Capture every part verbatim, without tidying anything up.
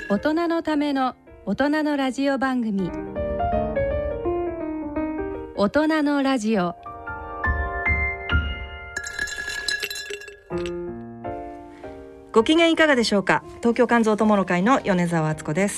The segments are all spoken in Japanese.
大人のための大人のラジオ番組、大人のラジオ。 ご機嫌いかがでしょうか。東京肝臓友の会の米澤敦子です。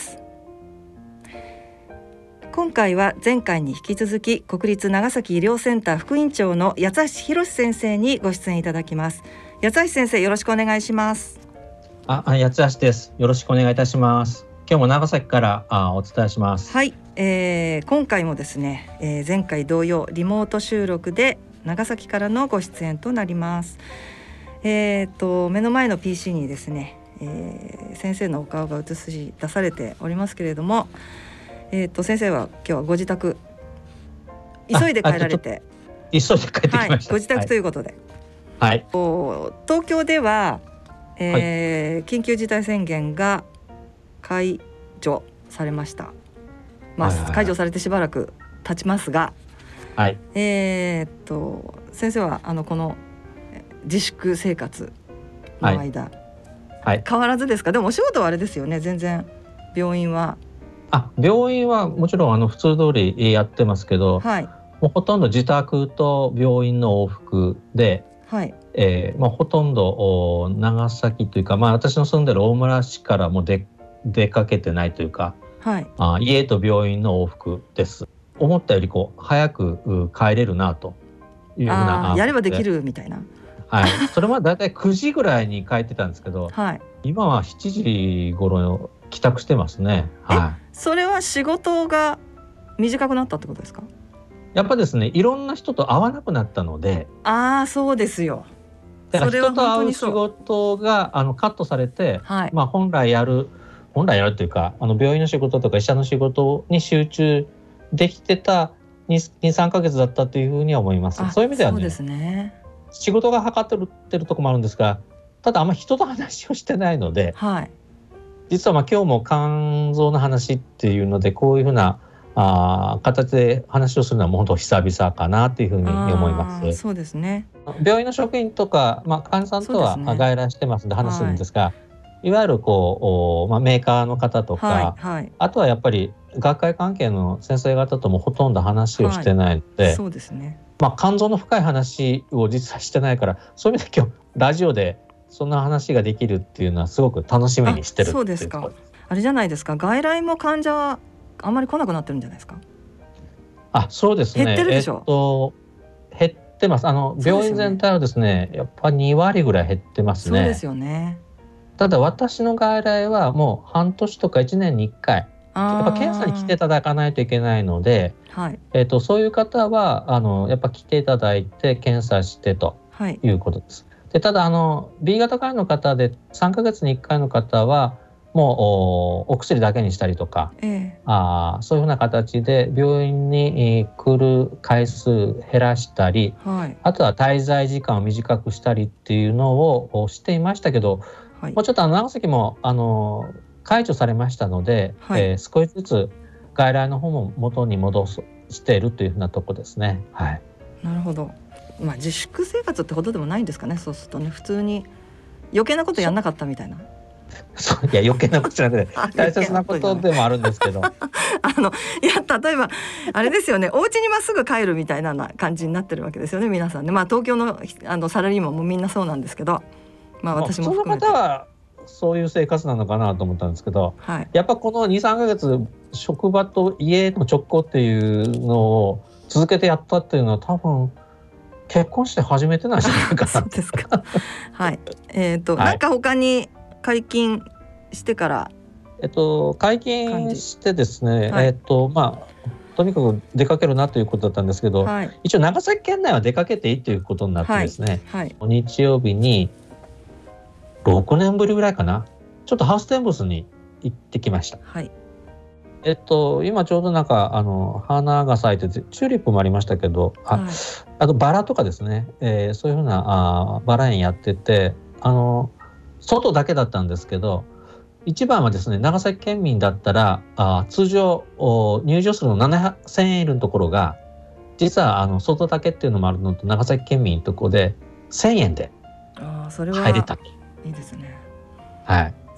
今回は前回に引き続き国立長崎医療センター副院長の八橋博先生にご出演いただきます。八橋先生、よろしくお願いします。 あ、八橋です。よろしくお願いいたします。今日も長崎からあお伝えします。 はい、えー、今回もですね、えー、前回同様リモート収録で長崎からのご出演となります。えー、と目の前の ピーシー にですね、えー、先生のお顔が映し出されておりますけれども、えー、と先生は今日はご自宅急いで帰られて、 急いで帰ってきました、はい、 ご自宅ということで、 はい、 東京では、えーはい、緊急事態宣言が解除されました。まあ、はいはいはい、解除されてしばらく経ちますが、はい、えー、と先生はあのこの自粛生活の間、はいはい、変わらずですか。でもお仕事はあれですよね、全然病院はあ病院はもちろんあの普通通りやってますけど、はい、もうほとんど自宅と病院の往復で、はいえーまあ、ほとんど長崎というか、まあ、私の住んでる大村市からも出出かけてないというか、はい、あ家と病院の往復です。思ったよりこう早く帰れるなというような、 あやればできるみたいな、 はい、それはだいたいくじぐらいに帰ってたんですけど、はい、今はしちじ頃帰宅してますね。 はい、それは仕事が短くなったってことですか。 やっぱですね、いろんな人と会わなくなったので、 ああそうですよ。 だから人と会う仕事があのカットされて、はいまあ、本来やる本来やるというかあの病院の仕事とか医者の仕事に集中できてた にさんかげつだったというふうには思います。そういう意味では ね, そうですね仕事がはかってるってるところもあるんですが、ただあんまり人と話をしてないので、はい、実はまあ今日も肝臓の話っていうのでこういうふうなあ形で話をするのはもう本当久々かなというふうに思います。 そうですね。 病院の職員とか、まあ、患者さんとは外来してますので話するんですが、い、いわゆるこう、まあ、メーカーの方とか、はいはい、あとはやっぱり学会関係の先生方ともほとんど話をしてないので、はい、そうですね。まあ、肝臓の深い話を実はしてないから、そういう意味で今日ラジオでそんな話ができるっていうのはすごく楽しみにしてるっていう。そうですか。 あれじゃないですか、外来も患者はあんまり来なくなってるんじゃないですか。 あ、そうですね。 減ってるでしょ。 えっと、減ってます。あの病院全体はですね、やっぱにわりぐらい減ってますね。 そうですよね。 ただ私の外来はもう半年とかいちねんにいっかいやっぱ検査に来ていただかないといけないので、はいえっと、そういう方はあのやっぱ来ていただいて検査してということです。はい、でただあの ビー 型肝炎の方でさんかげつにいっかいの方はもう お, お薬だけにしたりとか、ええ、あそういうふうな形で病院に来る回数減らしたり、はい、あとは滞在時間を短くしたりっていうのをしていましたけど、はい、もうちょっとあの長崎もあの解除されましたので、はいえー、少しずつ外来の方も元に戻しているというふうなとこですね。はい、 なるほど。まあ、自粛生活ってほどでもないんですかね。そうするとね、普通に余計なことやんなかったみたいな。 そういや余計なことじゃなくて大切なことでもあるんですけどあのいや例えばあれですよね、お家にまっすぐ帰るみたいな感じになってるわけですよね、皆さんね。まあ東京 の, あのサラリーマンもみんなそうなんですけど、まあ私も含めて、 まあ、普通の方はそういう生活なのかなと思ったんですけど、はい、やっぱこの にさんかげつ職場と家の直行っていうのを続けてやったっていうのは多分結婚して初めてなんじゃないかなそうですかはい、えーとはい、なんか他に解禁してから、 えっと、解禁してですね、はい、えっとまあ、とにかく出かけるなということだったんですけど、はい、一応長崎県内は出かけていいということになってですね、はいはい、日曜日にろくねんぶりぐらいかな、ちょっとハウステンボスに行ってきました。はい、えっと、今ちょうどなんかあの花が咲いててチューリップもありましたけど、あ、はい、あとバラとかですね、えー、そういうふうなあバラ園やってて、あの外だけだったんですけど、一番はですね、長崎県民だったらあ通常入場するのななせんえんいるのところが、実はあの外だけっていうのもあるのと、長崎県民のところでせんえんで入れたと。 いいですね。 はい。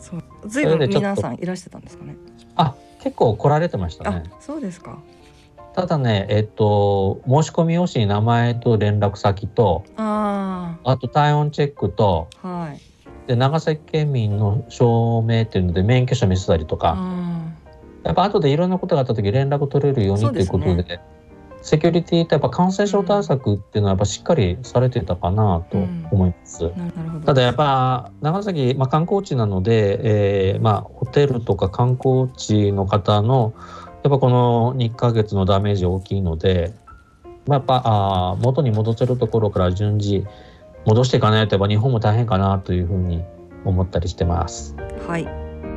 そうずいぶん皆さんいらしてたんですかね。 あ、結構来られてましたね。 あ、そうですか。 ただね、えっと申し込み用紙に名前と連絡先と、 ああと体温チェックと、 はい、 で長崎県民の証明っていうので免許証見せたりとか、やっぱ後でいろんなことがあった時連絡取れるようにということで、セキュリティってやっぱ感染症対策っていうのはやっぱしっかりされてたかなと思います。うん、なるほど。ただやっぱ長崎、まあ、観光地なので、えーまあ、ホテルとか観光地の方のやっぱこのにかげつのダメージ大きいので、まあ、やっぱあ元に戻せるところから順次戻していかないとやっぱ日本も大変かなというふうに思ったりしてます。 はい。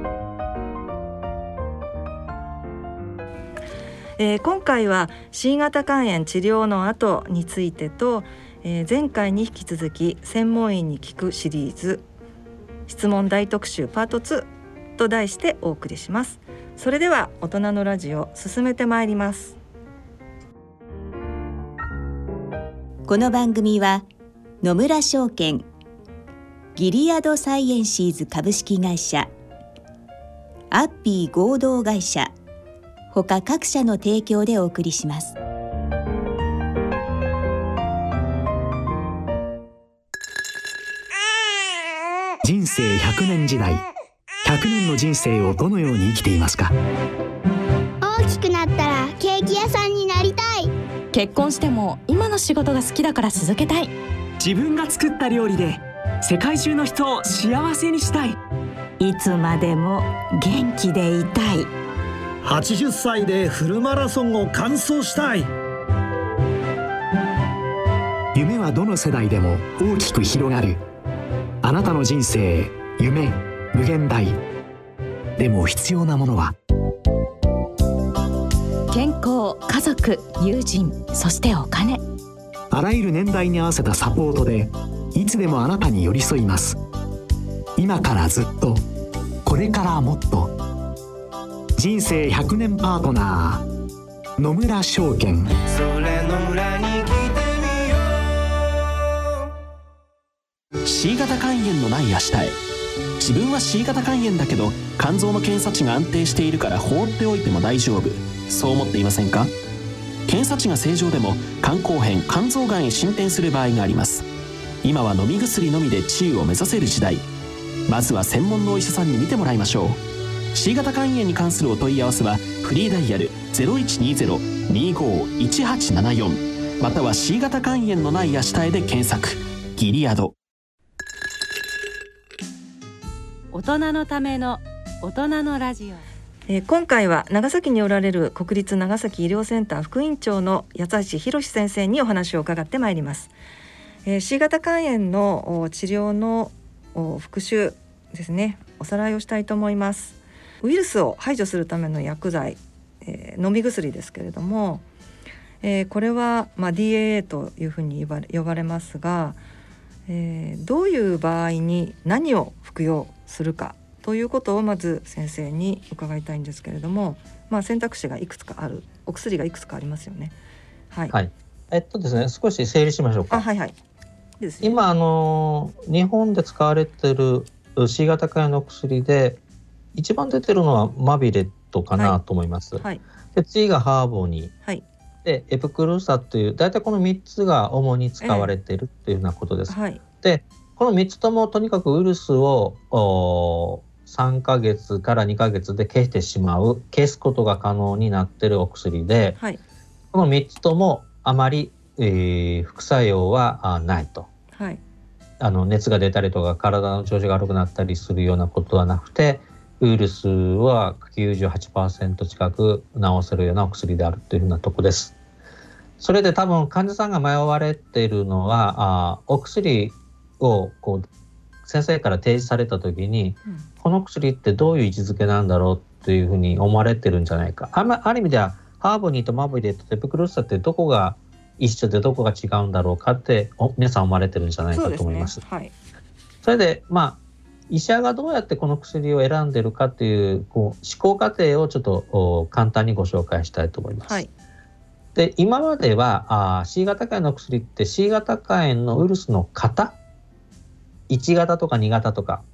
えー、今回は C 型肝炎治療の後についてと、えー、前回に引き続き専門医に聞くシリーズ質問大特集パートツーと題してお送りします。それでは大人のラジオ進めてまいります。 この番組は野村証券、ギリアドサイエンシーズ株式会社、アッピー合同会社他各社の提供でお送りします。 人生ひゃくねん時代、ひゃくねんの人生をどのように生きていますか？ 大きくなったらケーキ屋さんになりたい。 結婚しても今の仕事が好きだから続けたい。 自分が作った料理で世界中の人を幸せにしたい。 いつまでも元気でいたい。 はちじゅっさいでフルマラソンを完走したい。 夢はどの世代でも大きく広がる。あなたの人生、夢、無限大。でも必要なものは健康、家族、友人、そしてお金。 あらゆる年代に合わせたサポートでいつでもあなたに寄り添います。今からずっと、これからもっと。人生ひゃくねんパートナー、野村証券。それ野村に来てみよう。 C 型肝炎のない明日へ。自分は C 型肝炎だけど肝臓の検査値が安定しているから放っておいても大丈夫、そう思っていませんか？検査値が正常でも肝硬変、肝臓がんへ進展する場合があります。今は飲み薬のみで治癒を目指せる時代。まずは専門のお医者さんに診てもらいましょう。C 型肝炎に関するお問い合わせはフリーダイヤル ゼロいちにゼロ にごいちはちななよん または C 型肝炎のない明日へで検索。ギリアド。 大人のための大人のラジオ。 えー、今回は長崎におられる国立長崎医療センター副院長の八橋博先生にお話を伺ってまいります。えー、C 型肝炎の治療の復習ですね、おさらいをしたいと思います。ウイルスを排除するための薬剤、えー、飲み薬ですけれども、えー、これは、まあ、ディーエーエー というふうに呼ばれ、呼ばれますが、えー、どういう場合に何を服用するかということをまず先生に伺いたいんですけれども、まあ、選択肢がいくつかある、お薬がいくつかありますよね。はい、 はい、えっとですね、少し整理しましょうか。 あ、はいはい、ですね。 今あの日本で使われている C 型肝炎の薬で一番出てるのはマビレットかなと思います。はいはい、で次がハーボニー、はい、でエプクルーサという、だいたいこのみっつが主に使われているというようなことです。えーはい、でこのみっつともとにかくウイルスをさんかげつからにかげつで消してしまう、消すことが可能になっているお薬で、はい、このみっつともあまり、えー、副作用はないと。はい、あの熱が出たりとか体の調子が悪くなったりするようなことはなくて、ウイルスは きゅうじゅうはちパーセント 近く治せるようなお薬であるというふうなとこです。それで多分患者さんが迷われているのは、あお薬をこう先生から提示された時に、うん、この薬ってどういう位置づけなんだろうっていうふうに思われてるんじゃないか。 あ, ある意味ではハーボニーとマビレットとエプクルーサってどこが一緒でどこが違うんだろうかって皆さん思われてるんじゃないかと思います。そうですね。はい、それでまあ医者がどうやってこの薬を選んでるかっていう、こう思考過程をちょっと簡単にご紹介したいと思います。はい、で今まではあ C 型肝炎の薬って C 型肝炎のウイルスの型いち型とかに型とか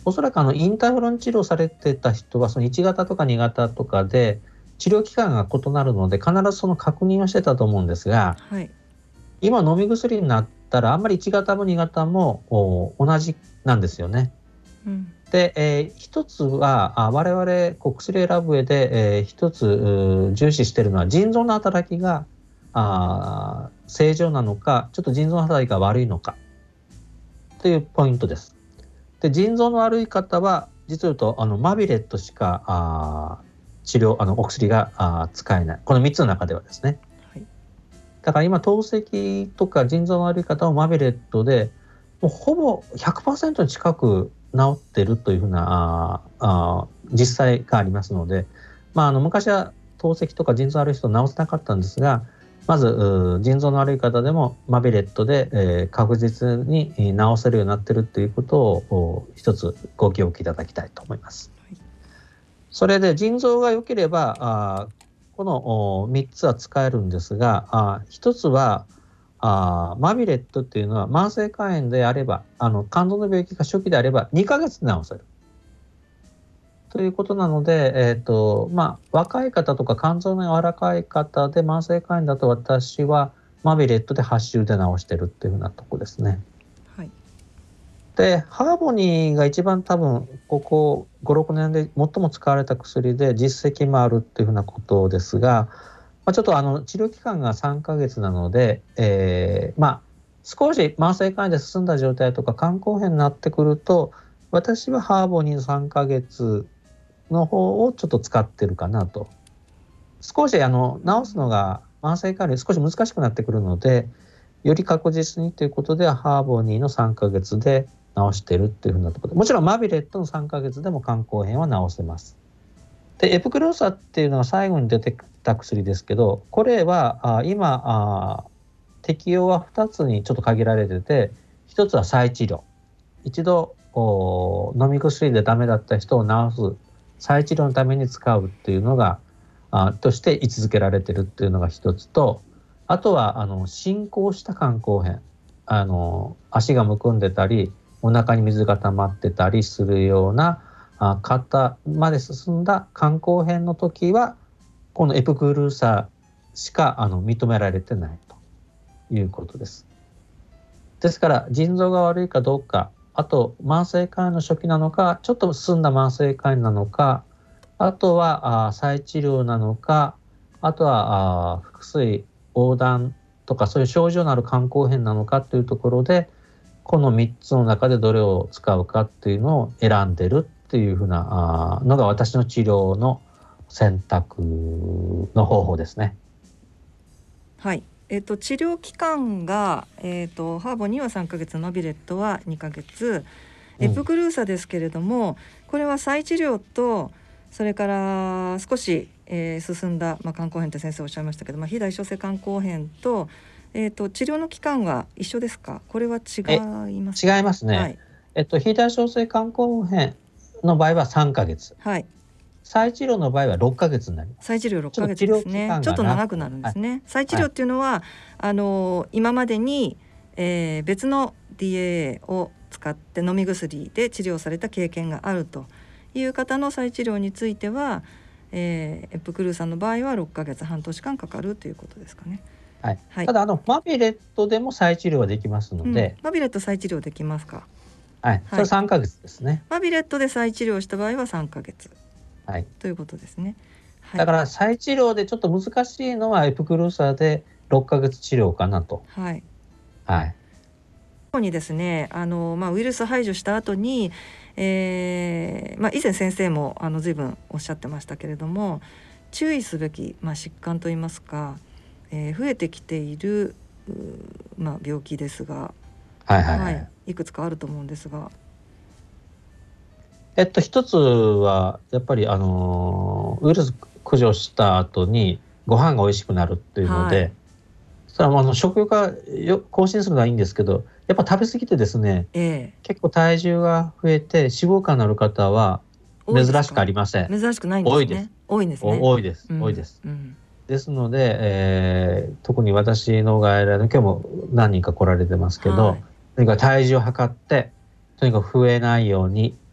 おそらくあのインターフェロン治療されてた人はそのいち型とかに型とかで治療期間が異なるので必ずその確認をしてたと思うんですが、 はい、今飲み薬になったらあんまりいち型もに型も同じなんですよね。うん、で、えー、一つはあ我々こう薬を選ぶ上で、えー、一つ重視しているのは腎臓の働きがあ正常なのかちょっと腎臓の働きが悪いのかというポイントです。で腎臓の悪い方は実を言うとあのマビレットしかあ治療あのお薬があ使えない、このみっつの中ではですね、はい、だから今透析とか腎臓の悪い方をマビレットでもうほぼ ひゃくパーセント に近く治っているというふうなああ実際がありますので、まあ、あの昔は透析とか腎臓の悪い人治せなかったんですが、まず腎臓の悪い方でもマビレットで、えー、確実に治せるようになっているということを一つご記憶いただきたいと思います。はい、それで腎臓が良ければあこのみっつは使えるんですが、あ一つはあマビレットっていうのは慢性肝炎であればあの肝臓の病気が初期であればにかげつで治せるということなので、えーとまあ、若い方とか肝臓の柔らかい方で慢性肝炎だと私はマビレットではち週で治してるっていうふうなとこですね。はい、でハーボニーが一番多分ここごろくねんで最も使われた薬で実績もあるっていうふうなことですが、まあ、ちょっとあの治療期間がさんかげつなので、えー、まあ少し慢性肝炎で進んだ状態とか肝硬変になってくると私はハーボニーのさんかげつの方をちょっと使ってるかなと。少しあの治すのが慢性肝炎少し難しくなってくるのでより確実にということではハーボニーのさんかげつで治してるっていうふうなところで、もちろんマビレットのさんかげつでも肝硬変は治せます。でエプクローサっていうのは最後に出てきた薬ですけど、これはあ今あ適用はふたつにちょっと限られてて、ひとつは再治療、一度飲み薬でダメだった人を治す再治療のために使うっていうのがあとして位置づけられてるっていうのが一つと、あとはあの進行した肝硬変、あの足がむくんでたりお腹に水が溜まってたりするようなあ方まで進んだ肝硬変の時はこのエプクルーサしかあの認められてないということです。ですから腎臓が悪いかどうか、あと慢性肝炎の初期なのかちょっと進んだ慢性肝炎なのか、あとはあ再治療なのか、あとはあ腹水横断とかそういう症状のある肝硬変なのかというところでこのみっつの中でどれを使うかっていうのを選んでるっていうふうなあのが私の治療の選択の方法ですね。 はい、えー、と治療期間が、えー、とハーボにはさんかげつ、マビレットはにかげつ、エプクルーサですけれども、うん、これは再治療とそれから少し、えー、進んだ、まあ、肝硬変って先生おっしゃいましたけど、まあ、非代償性肝硬変と、えー、と治療の期間は一緒ですか？これは違いますか？ 違いますね。はい、えっと、非代償性肝硬変の場合はさんかげつ、はい、再治療の場合はろっかげつになります。 再治療ろっかげつですね。ちょっと長くなるんですね。はい、再治療っていうのは、はい、あの今までに、えー、別の ディーエーエー を使って飲み薬で治療された経験があるという方の再治療については、えー、エプクルーさんの場合はろっかげつ、半年間かかるということですかね。 はいはい、ただあのマビレットでも再治療はできますので、 うん、マビレット再治療できますか？ はい、それさんかげつですね。 マビレットで再治療した場合はさんかげつ、はい、ということですね。はい、 だから再治療でちょっと難しいのはエプクルーサーでろっかげつ治療かなと。はいはい、 ここにですね、あの、まあ、ウイルス排除した後に、えーまあ、以前先生もあの随分おっしゃってましたけれども、注意すべき、まあ、疾患といいますか、えー、増えてきている、まあ、病気ですが、 はいはいはいはい、いくつかあると思うんですが、 えっと一つはやっぱりあのウイルス駆除した後にご飯が美味しくなるっていうので、はい、それはあの食欲が更新するのはいいんですけど、やっぱ食べ過ぎてですね、えー、結構体重が増えて脂肪肝になる方は珍しくありません。 珍しくないんですね。多いです。 多いんですね。多いです。うん、多いです。うん、ですので、えー、特に私の外来の今日も何人か来られてますけど、はい、とにかく体重を測ってとにかく増えないように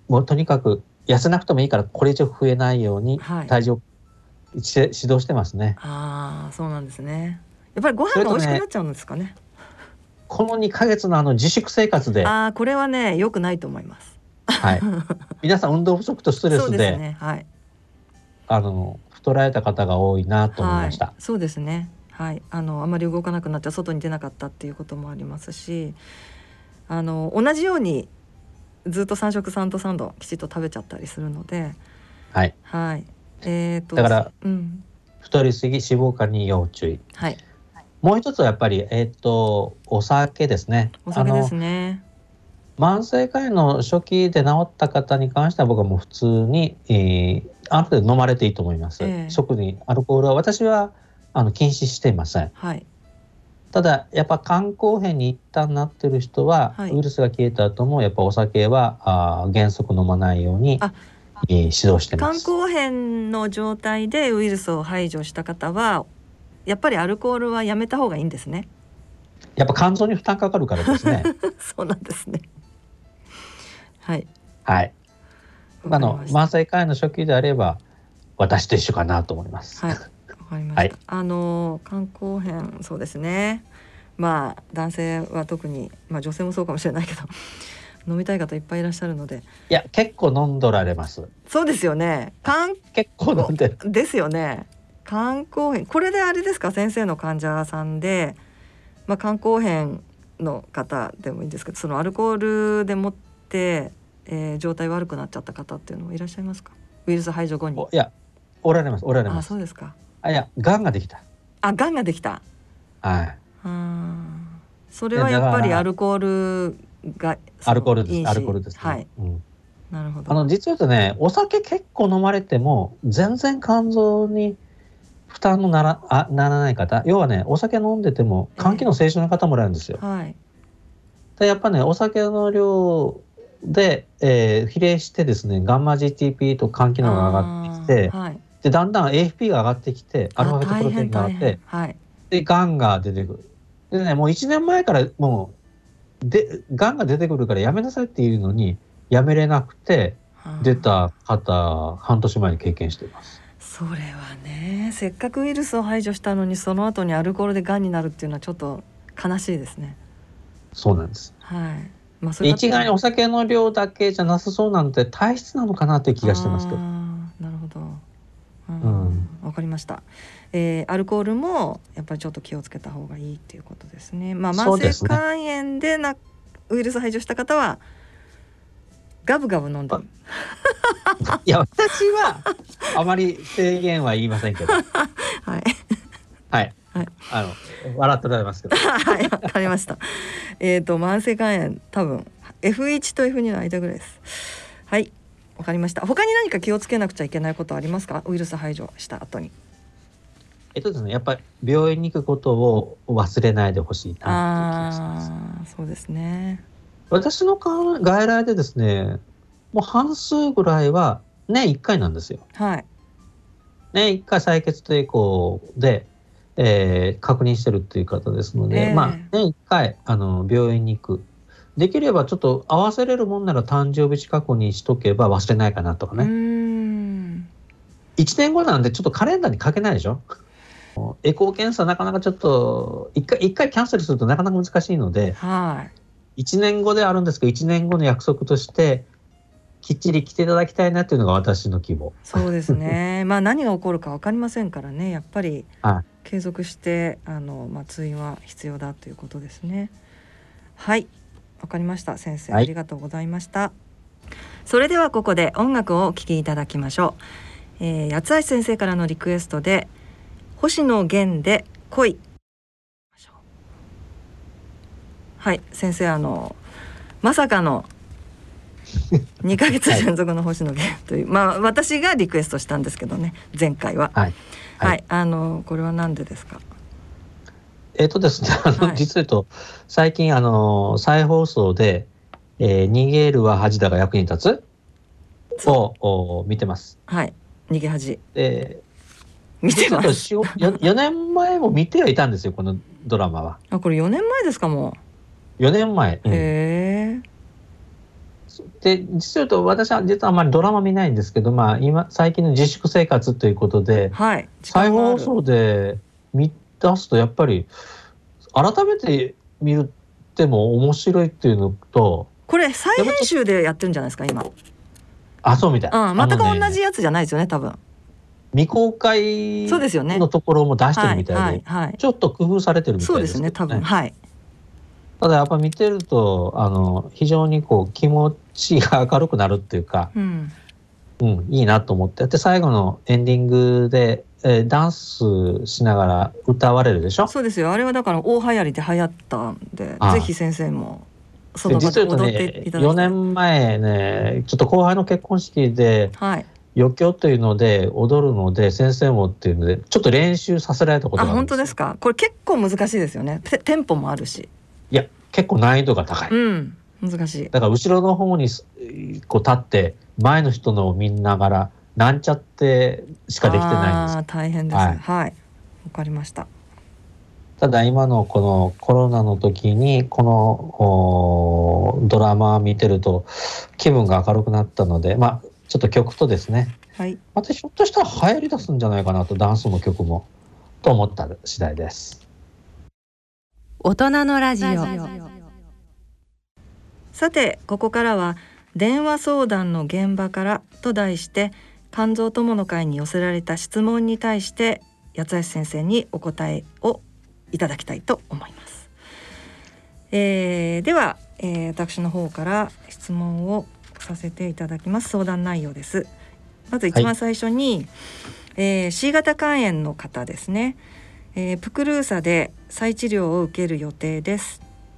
もうとにかく痩せなくてもいいからこれ以上増えないように体重を指導してますね。 ああ、そうなんですね。やっぱりご飯が美味しくなっちゃうんですかね。 このにかげつのあの自粛生活で、 ああ、これはね良くないと思います。 はい。皆さん運動不足とストレスで、 そうですね、はい、 あの太られた方が多いなと思いました。 はい、そうですね。はい、あのあまり動かなくなっちゃ外に出なかったっていうこともありますし、あの同じようにずっとさん食さんとさんどきちっと食べちゃったりするので、 はい、 はい、えーとだから、 うん、 太りすぎ脂肪肝に要注意。 はい、 もう一つはやっぱり、えー、とお酒ですね。 お酒ですね。 慢性肝炎の初期で治った方に関しては僕はもう普通に、えー、ある程度飲まれていいと思います。えー、特にアルコールは私はあの禁止していません。はい、ただやっぱ肝硬変に一旦なってる人は、はい、ウイルスが消えた後もやっぱお酒はあ原則飲まないように、えー、指導してます。 肝硬変の状態でウイルスを排除した方はやっぱりアルコールはやめた方がいいんですね。 やっぱ肝臓に負担かかるからですね。 そうなんですね。はいはい。あの慢性肝炎の初期であれば私と一緒かなと思います。 はい、わかりました。はい、あの肝硬変、そうですね。まあ男性は特に、まあ女性もそうかもしれないけど飲みたい方いっぱいいらっしゃるので。 いや結構飲んどられます。 そうですよね。肝結構飲んでるですよね。肝硬変、これであれですか、先生の患者さんで、まあ、肝硬変の方でもいいんですけど、そのアルコールでもって、えー、状態悪くなっちゃった方っていうのもいらっしゃいますか？ウイルス排除後に。 いや、おられますおられます。 あ、そうですか。 あ、いや、がんができた。 あ、がんができた。 はい。 あ、それはやっぱりアルコールがアルコールです。アルコールです、ね。 はい、うん、なるほど。 あの実はね、お酒結構飲まれても全然肝臓に負担のなら、あ、ならない方、要はね、お酒飲んでても肝機能正常な方もらえるんですよ。えー、はい。でやっぱね、お酒の量で、えー、比例してですね、ガンマ ジーティーピー と肝機能が上がってきて、はい、でだんだん エーエフピー が上がってきて、アルファベットプロテインが上がって、はい、でがんが出てくる。でね、もういちねんまえからもうでがんが出てくるからやめなさいっていうのにやめれなくて出た方、半年前に経験しています。 それはね、せっかくウイルスを排除したのにその後にアルコールでがんになるっていうのはちょっと悲しいですね。 そうなんです。 はい。 まあ、それ一概にお酒の量だけじゃなさそうなんて体質なのかなっていう気がしてますけど。 あ、なるほど。うん、わかりました。えー、アルコールもやっぱりちょっと気をつけた方がいいっていうことですね。まあ慢性肝炎でな、ウイルス排除した方はガブガブ飲んでる。 いや、私はあまり制限は言いませんけど。はい。はい。はい、あの笑っておられますけど。 はい、わかりました。えっと慢性肝炎多分 エフワン と エフツー の間ぐらいです。はい、わかりました。他に何か気をつけなくちゃいけないことありますか？ウイルス排除した後に。 えっとですね、やっぱり病院に行くことを忘れないでほしいなっていう気がします。 ああ、そうですね。 私の外来でですね、もう半数ぐらいは年いっかいなんですよ。はい。年いっかい採血抵抗で。えー、確認してるっていう方ですので、えー、まあ年いっかいあの病院に行く、できればちょっと合わせれるもんなら誕生日近くにしとけば忘れないかなとかね。うーん、いちねんごなんでちょっとカレンダーに書けないでしょ。エコー検査なかなかちょっといっかい、いっかいキャンセルするとなかなか難しいので、はい、いちねんごであるんですけどいちねんごの約束としてきっちり来ていただきたいなっていうのが私の希望。 そうですね。まあ何が起こるか分かりませんからね、やっぱり継続してあの、まあ、通院は必要だということですね。はい、分かりました。先生、はい、ありがとうございました。それではここで音楽をお聴きいただきましょう。えー、八橋先生からのリクエストで星野源で恋。はい、先生、あのまさかのにかげつ連続の星野源という、はい、まあ私がリクエストしたんですけどね、前回は。はい、はいはい、あのこれは何でですか？ えっとですね、あの、はい、実は言うと最近あの再放送で、えー、逃げるは恥だが役に立つを見てます。 はい、逃げ恥。 えー、見てます。よねんまえも見てはいたんですよ、このドラマは。 あ、これよねんまえですか？もうよねんまえ、うん、 へえ。 で実は言うと私は実はあんまりドラマ見ないんですけど、まあ、今最近の自粛生活ということで、 はい、 再放送で見出すとやっぱり改めて見るっても面白いっていうのと、 これ再編集でやってるんじゃないですか今。 あ、そうみたい、 うん、全く同じやつじゃないですよね多分。 未公開のところも出してるみたいで、はいはいはい、ちょっと工夫されてるみたいですね。 そうですね多分、はい。 ただやっぱ見てるとあの非常にこう気持ちが明るくなるっていうか、うんうん、いいなと思って。で最後のエンディングで、えー、ダンスしながら歌われるでしょ。 そうですよ。あれはだから大流行りで流行ったんで、ぜひ先生もその場で踊っていただきたい。 よねんまえねちょっと後輩の結婚式で、はい、余興というので踊るので先生もっていうのでちょっと練習させられたことがあるんですよ。 あ、本当ですか。これ結構難しいですよね。テ, テンポもあるし。 いや結構難易度が高い、 うん、難しい。 だから後ろの方にこう立って前の人のを見ながらなんちゃってしかできてないんです。 あ、大変です。はい、はい、わかりました。 ただ今のこのコロナの時にこのドラマ見てると気分が明るくなったので、まあちょっと曲とですね、はい、またひょっとしたら流行り出すんじゃないかなと、ダンスの曲もと思った次第です。 大人のラジオ。 さてここからは電話相談の現場からと題して肝臓友の会に寄せられた質問に対して八橋先生にお答えをいただきたいと思います。えー、では、えー、私の方から質問をさせていただきます。相談内容です。まず一番最初に、はい、えー、C 型肝炎の方ですね。えー、プクルーサで再治療を受ける予定です。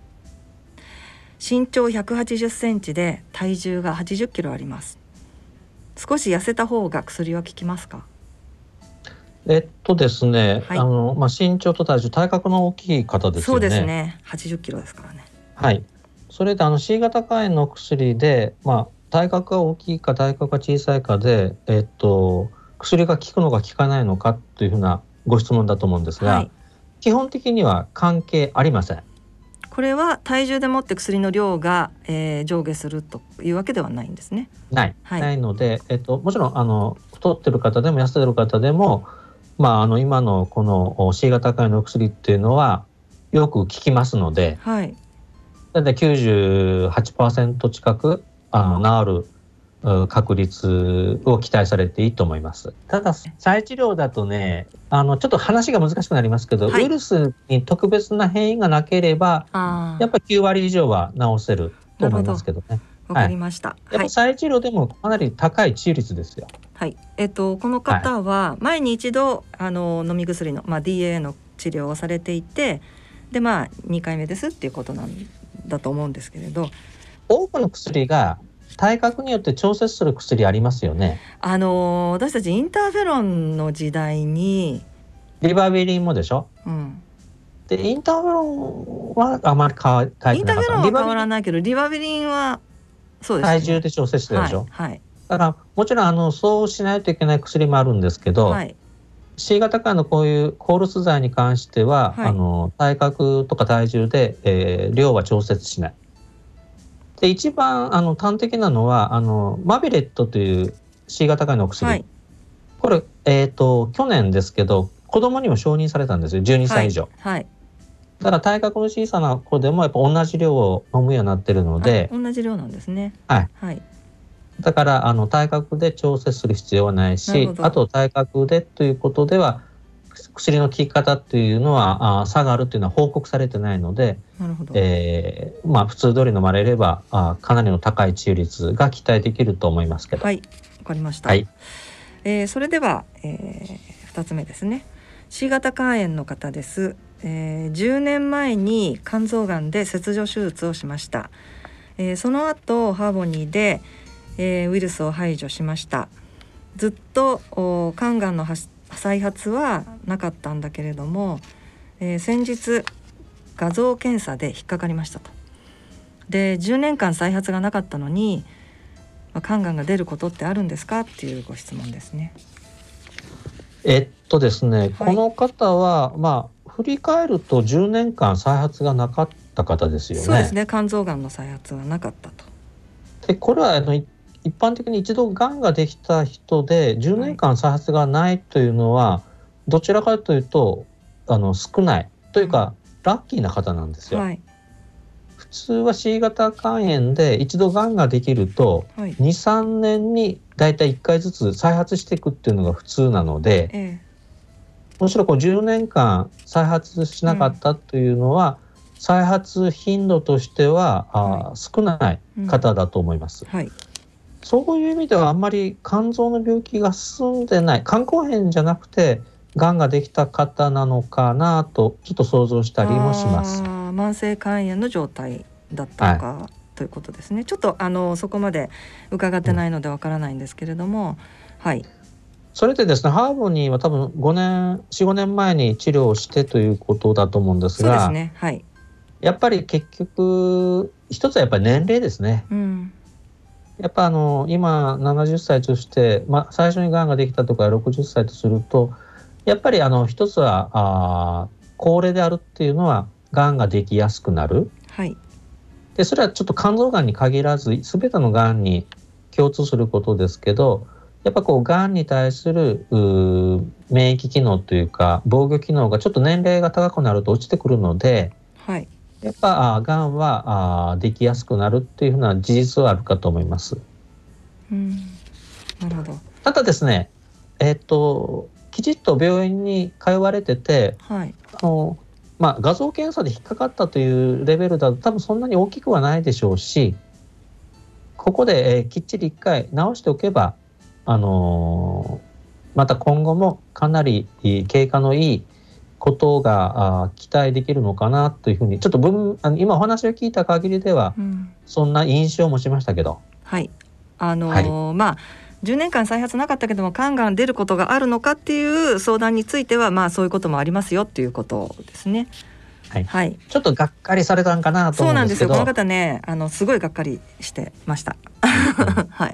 身長ひゃくはちじゅっセンチで体重がはちじゅっキロあります。少し痩せた方が薬は効きますか？ えっとですね、はい、あのまあ、身長と体重、体格の大きい方ですよね。 そうですね、はちじゅっキロですからね。 はい。それであの C 型肝炎の薬で、まあ、体格が大きいか体格が小さいかで、えっと、薬が効くのか効かないのかというふうなご質問だと思うんですが、はい、基本的には関係ありません。 これは体重でもって薬の量が、えー、上下するというわけではないんですね。 ない、はい、ないので、えっと、もちろんあの太ってる方でも痩せてる方でも、まあ、あの今のこの C 型肝炎の薬っていうのはよく効きますので、はい、だいたい きゅうじゅうはちパーセント 近くあの治る確率を期待されていいと思います。ただ再治療だとね、あのちょっと話が難しくなりますけど、はい、ウイルスに特別な変異がなければやっぱりきゅうわり以上は治せると思いますけどね。 わかりました。 はい、やっぱ再治療でもかなり高い治癒率ですよ。 はい、えっと、この方は前に一度あの飲み薬の、まあ、ディーエー の治療をされていて、でまあにかいめですっていうことなんだと思うんですけれど、 多くの薬が体格によって調節する薬ありますよね。 あの私たちインターフェロンの時代にリバビリンもでしょ、うん、でインターフェロンはあまり変わらなかった。インターフェロンは変わらないけどリバビリンはそうですね、 体重で調節してるでしょ、 はいはい、 だからもちろんあのそうしないといけない薬もあるんですけど、はい、C 型肝のこういうコールス剤に関しては、はい、あの体格とか体重で、えー、量は調節しない。で一番あの端的なのはあのマビレットという C 型肝のお薬、はい、これ、えーと、去年ですけど子供にも承認されたんですよ、じゅうにさい以上、はいはい、だから体格の小さな子でもやっぱ同じ量を飲むようになってるので、 同じ量なんですね、 はいはい、だからあの体格で調節する必要はないし、あと体格でということでは薬の効き方っていうのはあ差があるっていうのは報告されてないので、なるほど、えーまあ、普通通り飲まれればあかなりの高い治癒率が期待できると思いますけど。 はい、わかりました、はい、えー、それでは、えー、ふたつめですね。 C 型肝炎の方です、えー、じゅうねんまえに肝臓がんで切除手術をしました、えー、その後ハーボニーで、えー、ウイルスを排除しました。ずっと肝がんの再発はなかったんだけれども、えー、先日画像検査で引っかかりましたと。でじゅうねんかん再発がなかったのに、まあ、肝がんが出ることってあるんですかっていうご質問ですね。 えっとですね、はい、この方はまあ振り返るとじゅうねんかん再発がなかった方ですよね。 そうですね、肝臓がんの再発はなかったと。 でこれはあの一般的に一度がんができた人でじゅうねんかん再発がないというのは、はい、どちらかというとあの少ないというか、うん、ラッキーな方なんですよ。はい、普通は シー 型肝炎で一度がんができると、はい、にさんねんにだいたいいっかいずつ再発していくっていうのが普通なので、ええ、むしろこうじゅうねんかん再発しなかったというのは、うん、再発頻度としては、はい、少ない方だと思います。うん、はい、そういう意味ではあんまり肝臓の病気が進んでない、肝硬変じゃなくてがんができた方なのかなとちょっと想像したりもします。 あ、慢性肝炎の状態だったのか、はい、ということですね。ちょっとあのそこまで伺ってないのでわからないんですけれども、うん、はい。 それでですね、ハーブには多分ごねん、よん、ごねんまえに治療をしてということだと思うんですが、そうですね、はい、やっぱり結局一つはやっぱり年齢ですね。うん、やっぱあの今ななじゅっさいとして、まあ、最初にがんができたとかろくじゅっさいとすると、やっぱりあの一つはあ高齢であるっていうのはがんができやすくなる、はい、でそれはちょっと肝臓がんに限らず全てのがんに共通することですけど、やっぱこうがんに対する免疫機能というか防御機能がちょっと年齢が高くなると落ちてくるので、はい、やっぱがんはあできやすくなるっていうふうな事実はあるかと思います。 うん、なるほど。 ただですね、えっときちっと病院に通われてて、はい、あのまあ、画像検査で引っかかったというレベルだと多分そんなに大きくはないでしょうし、ここで、えー、きっちりいっかい治しておけば、あのー、また今後もかなり経過のいいことが期待できるのかなというふうにちょっと分あの今お話を聞いた限りでは、うん、そんな印象を持ちましたけど、 はいあのーはい、まあじゅうねんかん再発なかったけども肝がん出ることがあるのかっていう相談については、まあそういうこともありますよっていうことですね。 はいはい、ちょっとがっかりされたんかなと思うんですけど、 そうなんですよ。この方ね、あのすごいがっかりしてました。はい。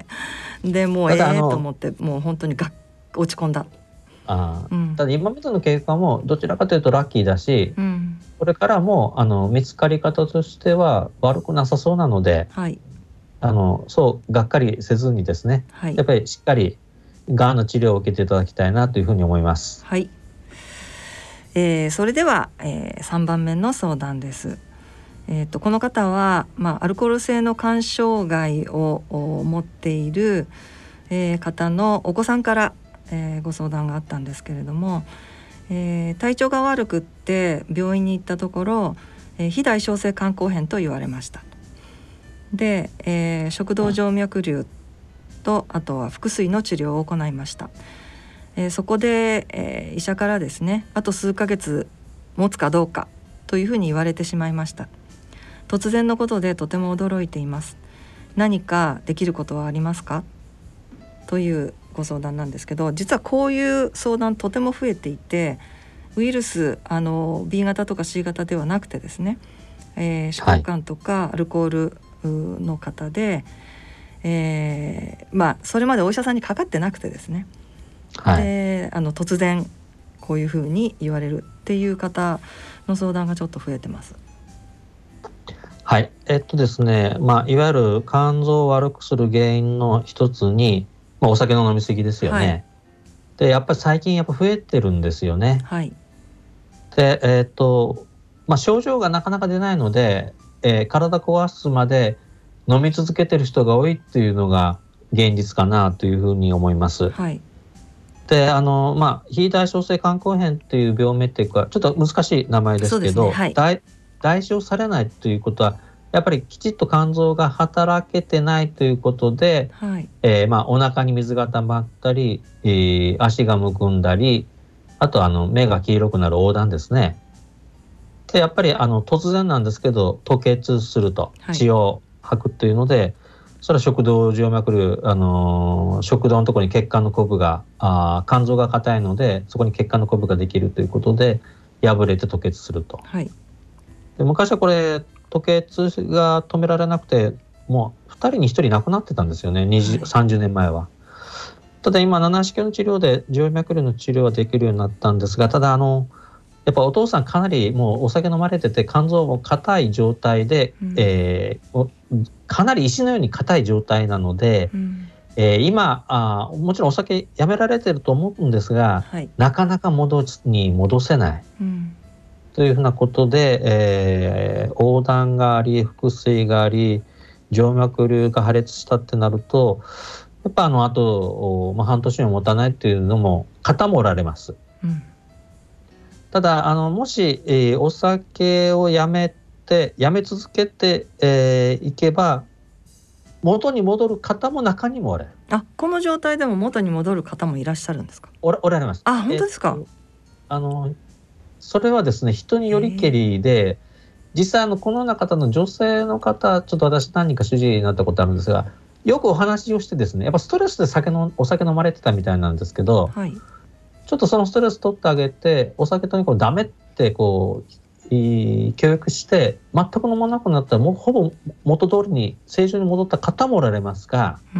でもうええー、と思ってもう本当にが落ち込んだ。 あ、うん、ただ今までの経過もどちらかというとラッキーだし、うん、これからもあの見つかり方としては悪くなさそうなので、はい、あのそうがっかりせずにですね、はい、やっぱりしっかりがんの治療を受けていただきたいなというふうに思います。 はい、えー、それでは、えー、さんばんめの相談です。えー、とこの方は、まあ、アルコール性の肝障害を持っている、えー、方のお子さんから、えー、ご相談があったんですけれども、えー、体調が悪くって病院に行ったところ、えー、非代償性肝硬変と言われました。で、えー、食道静脈瘤とあとは腹水の治療を行いました。えー、そこで、えー、医者からですね、あと数ヶ月持つかどうかというふうに言われてしまいました。突然のことでとても驚いています。何かできることはありますか？というご相談なんですけど、実はこういう相談とても増えていて、ウイルスあの ビー 型とか シー 型ではなくてですね、えー、脂肪肝とかアルコールの方で、はい、えー、まあそれまでお医者さんにかかってなくてですね、はい、であの突然こういうふうに言われるっていう方の相談がちょっと増えてます。 はい、えっとですね、まあいわゆる肝臓を悪くする原因の一つに、まあ、お酒の飲み過ぎですよね。はい、でやっぱり最近やっぱ増えてるんですよね。はい、でえっとまあ症状がなかなか出ないので、えー、体壊すまで飲み続けてる人が多いっていうのが現実かなというふうに思います。はい、であのまあ非代償性肝硬変っていう病名っていうかちょっと難しい名前ですけど、ね、はい、代代償されないということはやっぱりきちっと肝臓が働けてないということで、はい、えー、まあお腹に水が溜まったり、えー、足がむくんだり、あとあの目が黄色くなる黄疸ですね。でやっぱりあの突然なんですけど吐血すると、血を吐くというので、はい、それは食道静脈瘤、あのー、食道のところに血管のコブがあ肝臓が硬いのでそこに血管のコブができるということで破れて吐血すると。はい、で昔はこれ吐血が止められなくてもうふたりにひとり亡くなってたんですよね、にじゅう、はい、さんじゅうねんまえは。ただ今内視鏡の治療で静脈瘤の治療はできるようになったんですが、ただあのやっぱお父さんかなりもうお酒飲まれてて肝臓も硬い状態で、うんえー、かなり石のように硬い状態なので、うんえー、今あもちろんお酒やめられてると思うんですが、はい、なかなか戻すに戻せない、うん、というふうなことで、えー、横断があり腹水があり静脈瘤が破裂したってなるとやっぱあのあと、まあ、半年も持たないっていうのも方もおられます。うんただあのもし、えー、お酒をやめてやめ続けて、えー、いけば元に戻る方も中にもおられる。 あ、この状態でも元に戻る方もいらっしゃるんですか？ おら、おられます。 あ、本当ですか？ えー、あのそれはですね人によりけりで実際あのこのような方の女性の方ちょっと私何人か主治医になったことあるんですがよくお話をしてですねやっぱストレスで酒のお酒飲まれてたみたいなんですけど、はいちょっとそのストレス取ってあげてお酒とにこうダメってこう教育して全く飲まなくなったらもうほぼ元通りに正常に戻った方もおられますが、うん、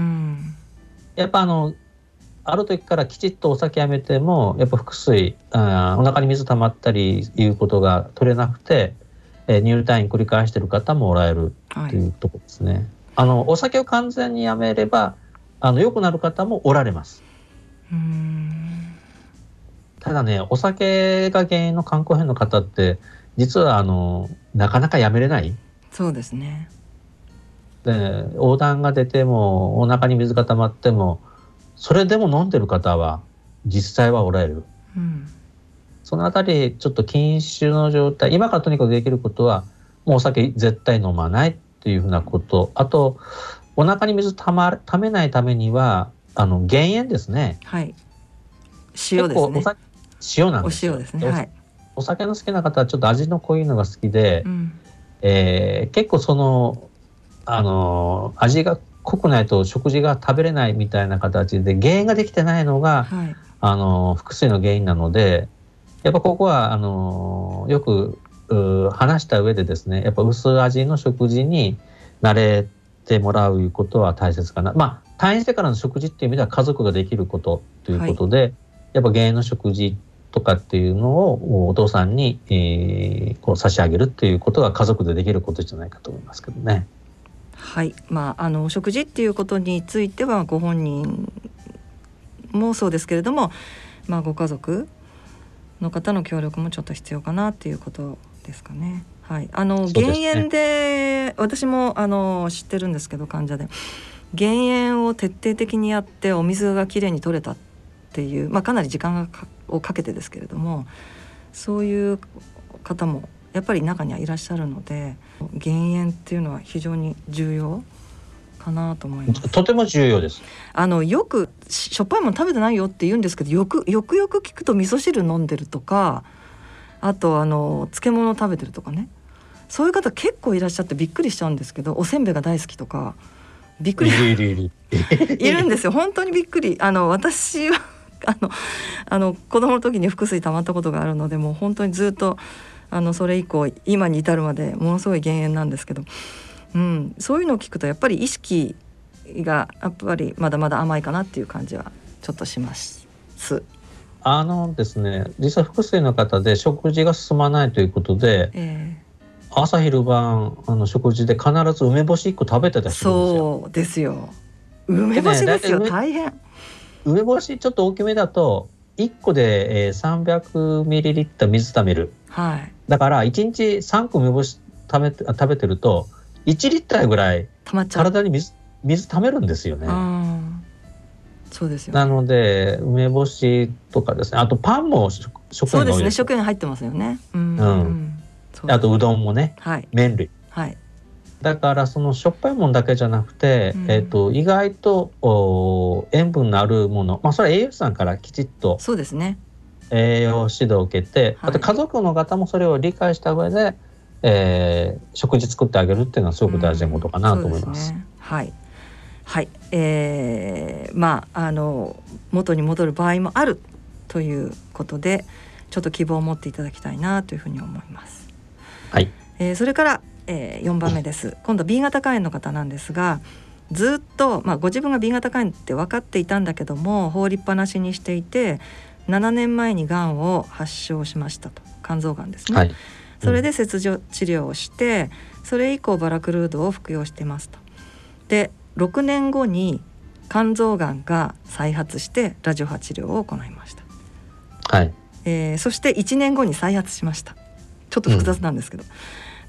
やっぱあのある時からきちっとお酒やめてもやっぱ腹水あお腹に水溜まったりいうことが取れなくて、えー、入退院繰り返している方もおられるというところですね、はい、あのお酒を完全にやめればあの良くなる方もおられます。うんただねお酒が原因の肝硬変の方って実はあのなかなかやめれない。 そうですね。 で横断が出てもお腹に水が溜まってもそれでも飲んでる方は実際はおられる、うん、そのあたりちょっと禁酒の状態今からとにかくできることはもうお酒絶対飲まないっていうふうなことあとお腹に水たまためないためにはあの減塩ですね。 はい塩ですね。 塩なんですよ。 お塩ですね、はい、 お酒の好きな方はちょっと味の濃いのが好きで、うんえー、結構その、あのー、味が濃くないと食事が食べれないみたいな形で減塩ができてないのが、はいあのー、腹水の原因なのでやっぱここはあのー、よく話した上でですねやっぱ薄味の食事に慣れてもらうことは大切かな。まあ退院してからの食事っていう意味では家族ができることということで、はい、やっぱ減塩の食事とかっていうのをお父さんに、えー、こう差し上げるっていうことが家族でできることじゃないかと思いますけどね。 はい、まああの食事っていうことについてはご本人もそうですけれども、まあ、ご家族の方の協力もちょっと必要かなっていうことですかね。はい、あの減塩で私もあの知ってるんですけど患者で減塩を徹底的にやってお水がきれいに取れたっていう、まあ、かなり時間をかけてですけれどもそういう方もやっぱり中にはいらっしゃるので減塩っていうのは非常に重要かなと思います。 とても重要です。 あのよくしょっぱいもの食べてないよって言うんですけどよくよくよく聞くと味噌汁飲んでるとかあとあの漬物食べてるとかねそういう方結構いらっしゃってびっくりしちゃうんですけどおせんべいが大好きとかびっくりいるいるいるんですよ。本当にびっくり。あの私はあのあの子供の時に腹水溜まったことがあるのでもう本当にずっとあのそれ以降今に至るまでものすごい減塩なんですけど、うん、そういうのを聞くとやっぱり意識がやっぱりまだまだ甘いかなっていう感じはちょっとします。 あのですね実際腹水の方で食事が進まないということで、えー、朝昼晩あの食事で必ず梅干しいっこ食べてた人ですよ。 そうですよ。梅干しですよ、ね、大変。 梅干しちょっと大きめだといっこで、えー、さんびゃくミリリットル水ためる、はい、だからいちにちさんこ梅干し食べて、食べてるといちリッターぐらい体に 水, 水ためるんですよね。あそうですよ、 ね、なので梅干しとかですねあとパンも食塩そうですね食塩入ってますよね、うんうん、あとうどんもね、はい、麺類、はい、だからそのしょっぱいものだけじゃなくて、うんえー、と意外と塩分のあるもの、まあ、それは栄養士さんからきちっとそうですね栄養指導を受けて、はい、あと家族の方もそれを理解した上で、えー、食事作ってあげるっていうのはすごく大事なことかなと思います。 うん、ね、はいはい、えー、まああの元に戻る場合もあるということでちょっと希望を持っていただきたいなというふうに思います。 はい、 えー、それから、えー、よんばんめです。今度 ビー 型肝炎の方なんですがずっと、まあ、ご自分が ビー 型肝炎って分かっていたんだけども放りっぱなしにしていてななねんまえにがんを発症しましたと。肝臓がんですね、はい、それで切除治療をして、それ以降バラクルードを服用してますと。でろくねんごに肝臓がんが再発してラジオ波治療を行いました、はいえー、そしていちねんごに再発しました。ちょっと複雑なんですけど、うん、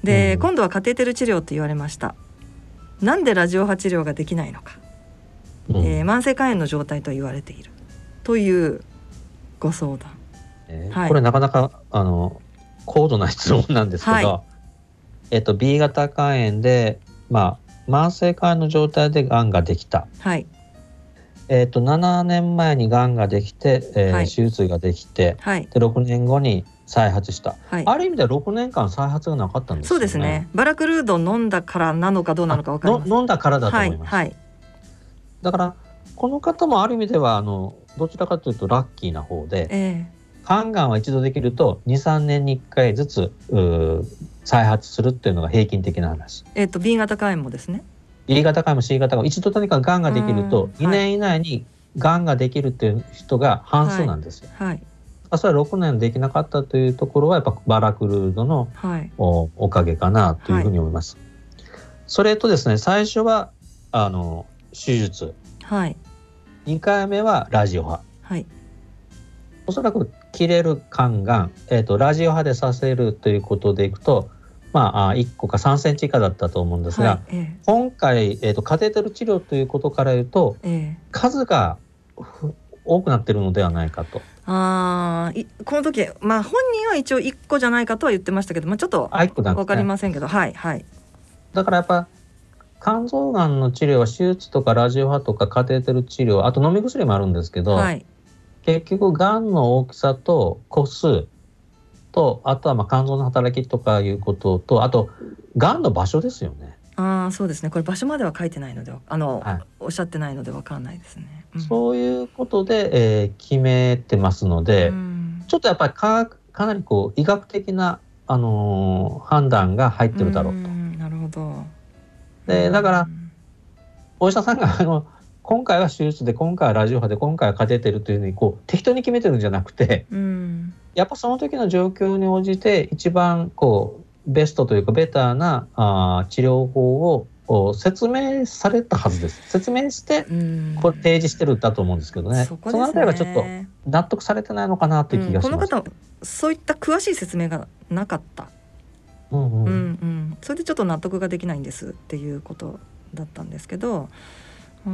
で、うん、今度はカテーテル治療と言われました。なんでラジオ波治療ができないのか、うんえー、慢性肝炎の状態と言われているというご相談、 えーはい、これなかなかあの高度な質問なんですけど、はいえー、と ビー 型肝炎で、まあ、慢性肝炎の状態でがんができた、はいえー、とななねんまえにがんができて、えーはい、手術ができて、はい、でろくねんごに再発した、はい、ある意味ではろくねんかん再発がなかったんですよね。 そうですね。バラクルード飲んだからなのかどうなのか分かりません。 飲んだからだと思います、はいはい、だからこの方もある意味ではあのどちらかというとラッキーな方で、えー、肝がんは一度できると にさんねんにいっかいずつ再発するっていうのが平均的な話。 えー、と ビー 型肝炎もですね。 ビー 型肝炎も シー 型肝炎も一度とにかくがんができるとにねん以内にがんができるっていう人が半数なんですよ、はいはいそれはろくねんできなかったというところはやっぱバラクルードの お,、はい、おかげかなというふうに思います、はい、それとですね最初はあの手術、はい、にかいめはラジオ波、はい、おそらく切れる肝がん、えーと、ラジオ波でさせるということでいくと、まあ、いっこかさんセンチ以下だったと思うんですが、はいえー、今回、えーと、カテーテル治療ということから言うと、えー、数が多くなっているのではないかと。 あいこの時、まあ、本人は一応いっこじゃないかとは言ってましたけど、まあ、ちょっと分かりませんけど、ねはいはい、 だからやっぱ肝臓がんの治療は手術とかラジオ波とかカテーテル治療あと飲み薬もあるんですけど、はい、結局がんの大きさと個数とあとはまあ肝臓の働きとかいうこととあとがんの場所ですよね。 あそうですねこれ場所までは書いてないのであの、はい、おっしゃってないので分からないですね、 うん、そういうことで、えー、決めてますので、うん、ちょっとやっぱり か, かなりこう医学的な、あのー、判断が入ってるだろうと。 うんなるほど。 でだからお医者さんがあの今回は手術で今回はラジオ波で今回はカテーテルというふうにこう適当に決めてるんじゃなくて、うん、やっぱその時の状況に応じて一番こうベストというかベターなあ治療法を説明されたはずです。説明してこれ提示してるんだと思うんですけどね。そこですね。そのあたりはちょっと納得されてないのかなという気がします、 うん、この方そういった詳しい説明がなかった、うんうんうんうん、それでちょっと納得ができないんですっていうことだったんですけど、うん、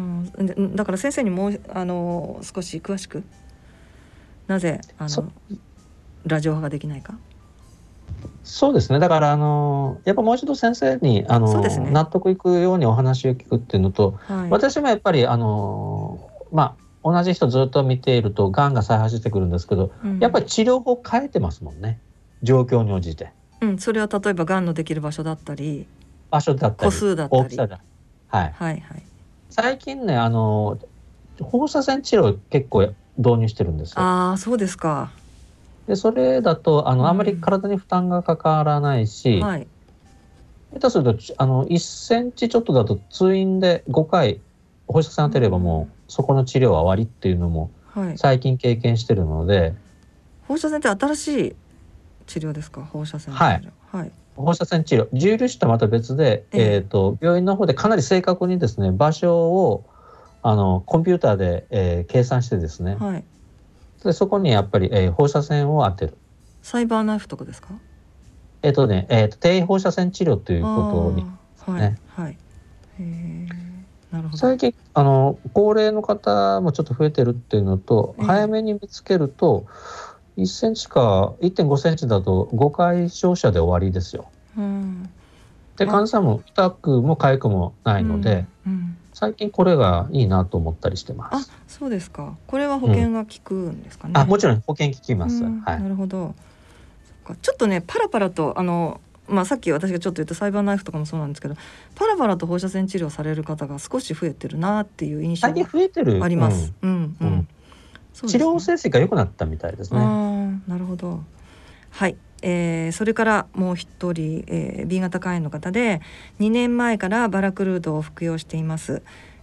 だから先生にもうあの少し詳しくなぜあのラジオ波ができないか。 そうですねだからあのやっぱもう一度先生にあの、ね、納得いくようにお話を聞くっていうのと、はい、私もやっぱりあのまあ同じ人ずっと見ているとがんが再発してくるんですけど、うん、やっぱり治療法変えてますもんね状況に応じて、 うん、それは例えばがんのできる場所だったり場所だったり個数だったり大きさだ、はいはいはい、 最近ねあの放射線治療結構導入してるんですよ。 ああそうですか。 でそれだとあの、うん、あんまり体に負担がかからないし、はい、下手するとあのいっセンチちょっとだと通院でごかい放射線当てればもうそこの治療は終わりっていうのも最近経験してるので、はい、 放射線って新しい治療ですか。放射線治療、はいはい、 放射線治療重粒子とはまた別で、えーえー、と病院の方でかなり正確にですね場所をあのコンピューターで、えー、計算してですね、はいでそこにやっぱり、えー、放射線を当てる。 サイバーナイフとかですか。 えっ、ー、とね、えーと、低放射線治療ということに、ね、はいはい、へなるほど。最近あの高齢の方もちょっと増えてるっていうのと、えー、早めに見つけるといっセンチか いってんごセンチだとごかい照射で終わりですよ。うん、で患者さんも痛くも痒くもないので、うんうん最近これがいいなと思ったりしてます。 あ、そうですか。これは保険が効くんですかね。 うん、あ、もちろん保険効きます。 うんはい、 なるほど。そっかちょっとねパラパラとあの、まあ、さっき私がちょっと言ったサイバーナイフとかもそうなんですけどパラパラと放射線治療される方が少し増えてるなっていう印象があります。うんうんうんそうですね、治療成績が良くなったみたいですね。 あ、なるほど。はい。えー、それからもう一人、えー、ビー 型肝炎の方でにねんまえからバラクルードを服用しています、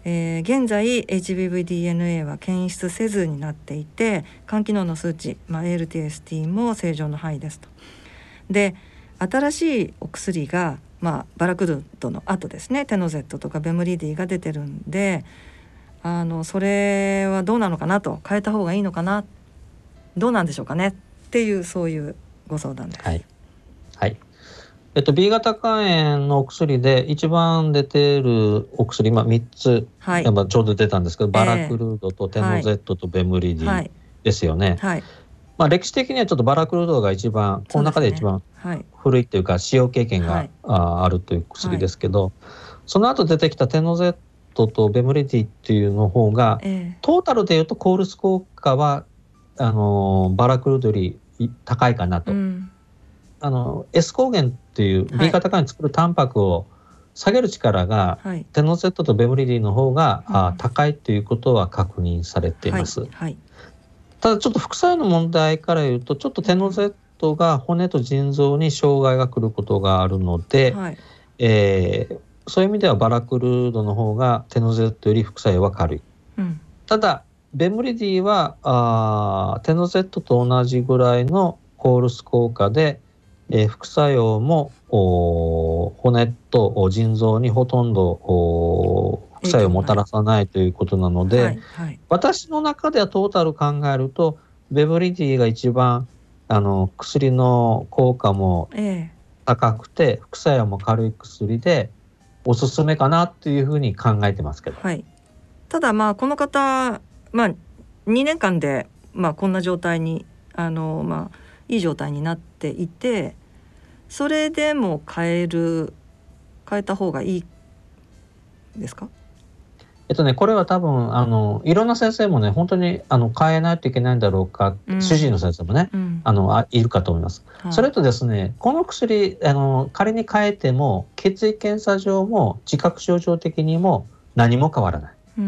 えー、現在 エイチビーブイディーエヌエー は検出せずになっていて、肝機能の数値、まあ、エーエルティーエスティー も正常の範囲ですと。で新しいお薬が、まあ、バラクルドの後ですね、テノゼットとかベムリディが出てるんで、あのそれはどうなのかなと、変えた方がいいのかな、どうなんでしょうかねっていう、そういうご相談です。 はい、はい。えっと、B 型肝炎のお薬で一番出てるお薬、まあ、みっつ、はい、ちょうど出たんですけど、バラクルードとテノゼットとベムリディですよね。はいはい、まあ、歴史的にはちょっとバラクルードが一番、この中で一番古いっていうか使用経験が、はい、あ, あるという薬ですけど、はい、その後出てきたテノゼットとベムリディっていうの方が、えー、トータルでいうとコールス効果はあのバラクルードより高いかなと。うん、あの S 抗原っていう B 型肝炎作るタンパクを下げる力が、はい、テノゼットとベムリディの方が、うん、あ高いということは確認されています。はいはい、ただちょっと副作用の問題から言うと、ちょっとテノゼットが骨と腎臓に障害が来ることがあるので、はい、えー、そういう意味ではバラクルードの方がテノゼットより副作用は軽い。うん、ただベムリディはあテノゼットと同じぐらいのコールス効果で、えー、副作用も骨と腎臓にほとんど副作用をもたらさないということなので、はいはい、私の中ではトータル考えるとベムリディが一番あの薬の効果も高くて、えー、副作用も軽い薬でおすすめかなというふうに考えてますけど、 はい、ただまあこの方、まあ、にねんかんで、まあ、こんな状態にあの、まあ、いい状態になっていて、それでも変える変えた方がいいですか？ えっとね、これは多分あのいろんな先生もね本当にあの変えないといけないんだろうか、うん、主治医の先生もね、うん、あのあいるかと思います。はい、それとですね、この薬あの仮に変えても血液検査上も自覚症状的にも何も変わらない。うん、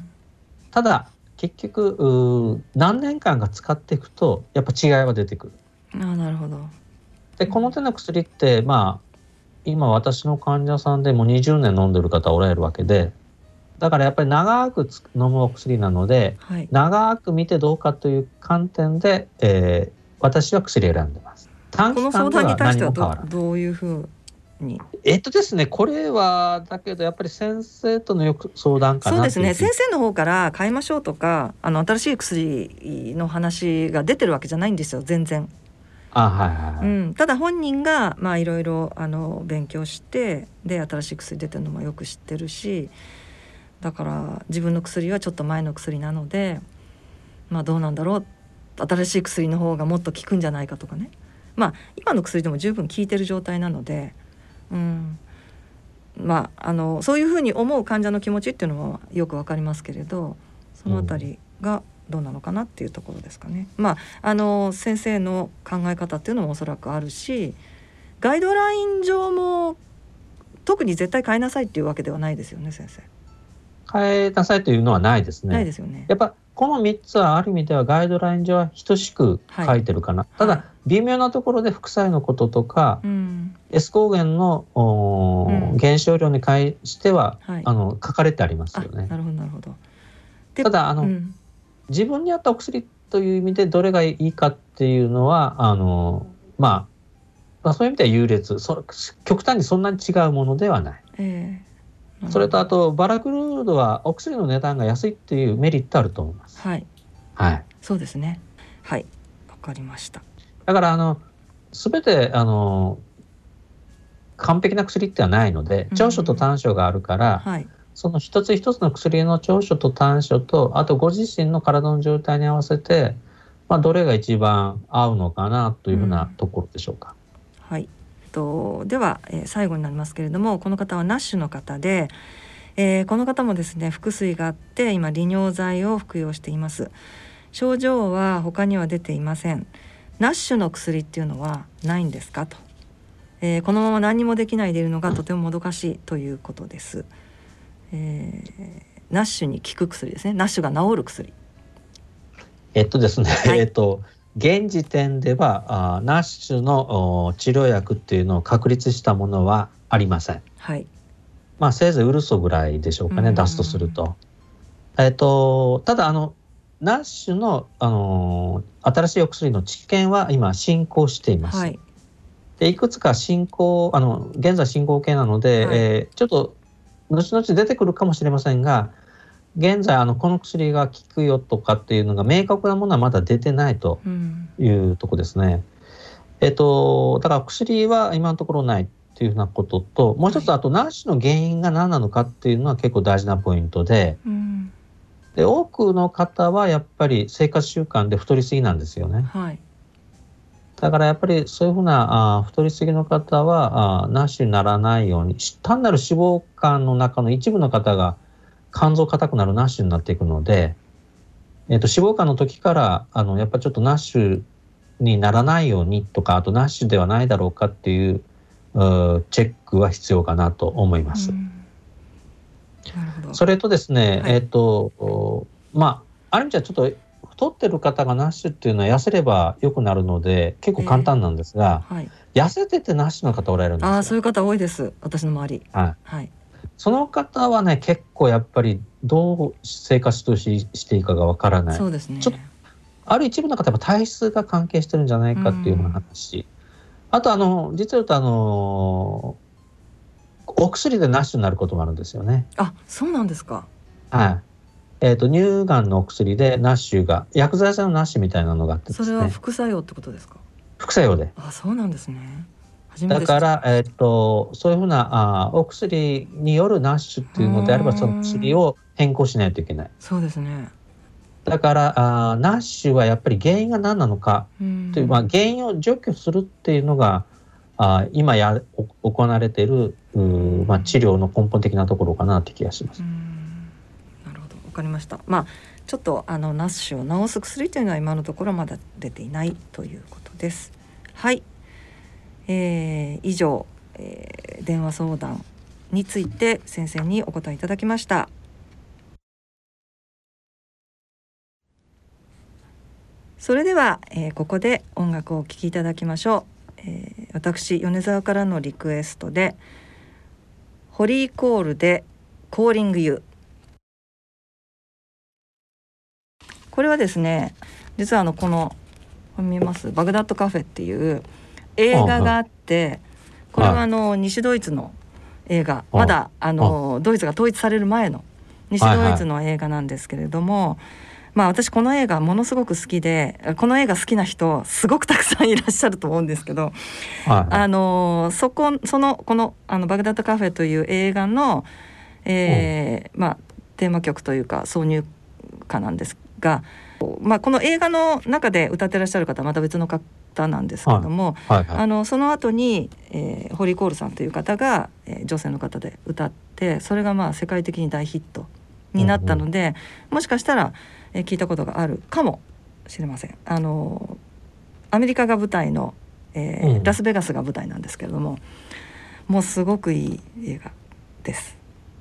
ただ結局何年間か使っていくとやっぱ違いは出てくる。 あ、なるほど。 でこの手の薬ってまあ今私の患者さんでもにじゅうねん飲んでる方おられるわけで、だからやっぱり長く飲むお薬なので、はい、長く見てどうかという観点で、えー、私は薬を選んでます。短期間では何も変わらない。この相談に対しては ど, どういうふうにえっとですねこれはだけどやっぱり先生とのよく相談かな。 そうですね、先生の方から変えましょうとかあの新しい薬の話が出てるわけじゃないんですよ全然。 あ、はいはいはい、 うん、ただ本人がまあいろいろあの勉強してで新しい薬出てるのもよく知ってるし、だから自分の薬はちょっと前の薬なので、まあどうなんだろう、新しい薬の方がもっと効くんじゃないかとかね、まあ今の薬でも十分効いてる状態なので、うん、まああのそういうふうに思う患者の気持ちっていうのはよくわかりますけれど、そのあたりがどうなのかなっていうところですかね。まああの先生の考え方っていうのもおそらくあるし、ガイドライン上も特に絶対変えなさいっていうわけではないですよね、先生。 変えなさいというのはないですね。 ないですよね。 やっぱこのみっつはある意味ではガイドライン上は等しく書いてるかな、はい、ただ、はい、微妙なところで副作用のこととか、うん、S 抗原の、うん、減少量に関しては、はい、あの書かれてありますよね。 なるほどなるほど。 ただあの、うん、自分に合ったお薬という意味でどれがいいかっていうのはあの、まあ、まあそういう意味では優劣、そ極端にそんなに違うものではない。えーそれとあとバラクルードはお薬の値段が安いっていうメリットあると思います。 はい、 はい、 そうですね。はい、わかりました。 だからあの全てあの完璧な薬ってはないので長所と短所があるから、うんはい、その一つ一つの薬の長所と短所とあとご自身の体の状態に合わせて、まあ、どれが一番合うのかなというふうなところでしょうか。 うん、はい。では、えー、最後になりますけれども、この方はナッシュの方で、えー、この方もですね腹水があって今利尿剤を服用しています。症状は他には出ていません。ナッシュの薬っていうのはないんですかと、えー、このまま何もできないでいるのがとてももどかしいということです。えー、ナッシュに効く薬ですね。ナッシュが治る薬。 えっとですね、はい、えっと現時点ではあナッシュの治療薬っていうのを確立したものはありません。 はい。 まあ、せいぜいウルソぐらいでしょうかね、出すとすると。えっと、ただあのナッシュの、あのー、新しいお薬の治験は今進行しています。はい、でいくつか進行あの現在進行形なので、はい、えー、ちょっと後々出てくるかもしれませんが、現在あのこの薬が効くよとかっていうのが明確なものはまだ出てないというところですね。うん、えっとだから薬は今のところないっていうふうなことと、もう一つあとナッシュの原因が何なのかっていうのは結構大事なポイントで、うん、で多くの方はやっぱり生活習慣で太りすぎなんですよね。はい、だからやっぱりそういうふうなあ太りすぎの方はあナッシュにならないように、単なる脂肪肝の中の一部の方が肝臓硬くなるナッシュになっていくので、えー、と脂肪肝の時からあのやっぱりちょっとナッシュにならないようにとか、あとナッシュではないだろうかっていうチェックは必要かなと思います。うん、なるほど。それとですね、はい、えっ、ー、とまあある意味じゃちょっと太ってる方がナッシュっていうのは痩せれば良くなるので結構簡単なんですが、えーはい、痩せててナッシュの方おられるんですよ。 ああ、そういう方多いです、私の周り。はい、はい、 その方はね結構やっぱりどう生活とし、していいかがわからない。そうですね。ちょっとある一部の方は体質が関係してるんじゃないかっていうような話、うん、あとあの実は言うとあのお薬でナッシュになることもあるんですよね。 あ、そうなんですか。 はい。えーと、乳がんのお薬でナッシュが薬剤性のナッシュみたいなのがあってですね。 それは副作用ってことですか。 副作用で。 あ、そうなんですね。初めてだから、えーと、そういうふうなあお薬によるナッシュっていうのであればその薬を変更しないといけない。 そうですね。 だからあナッシュはやっぱり原因が何なのかという、まあ、原因を除去するっていうのがあ今や行われている、まあ、治療の根本的なところかなという気がします。 うん、なるほど、わかりました。まあちょっとあのナッシュを治す薬というのは今のところまだ出ていないということです。はい、えー、以上、えー、電話相談について先生にお答えいただきました。それでは、えー、ここで音楽をお聴きいただきましょう。えー、私米沢からのリクエストでホリーコールでコーリングユー。これはですね、実はあのこのこれ見えますバグダッドカフェっていう映画があって、これはあの西ドイツの映画、まだあのドイツが統一される前の西ドイツの映画なんですけれども、まあ私この映画ものすごく好きで、この映画好きな人すごくたくさんいらっしゃると思うんですけど、はい、あのそこそのこのあのバグダッドカフェという映画の、えーまあ、テーマ曲というか挿入歌なんですが、まあ、この映画の中で歌ってらっしゃる方はまた別の方なんですけども、はいはいはい、あのその後に、えー、ホリーコールさんという方が、えー、女性の方で歌って、それがまあ世界的に大ヒットになったので、うんうん、もしかしたらえ聞いたことがあるかもしれません。あのアメリカが舞台の、えーうん、ラスベガスが舞台なんですけれども、もうすごくいい映画です。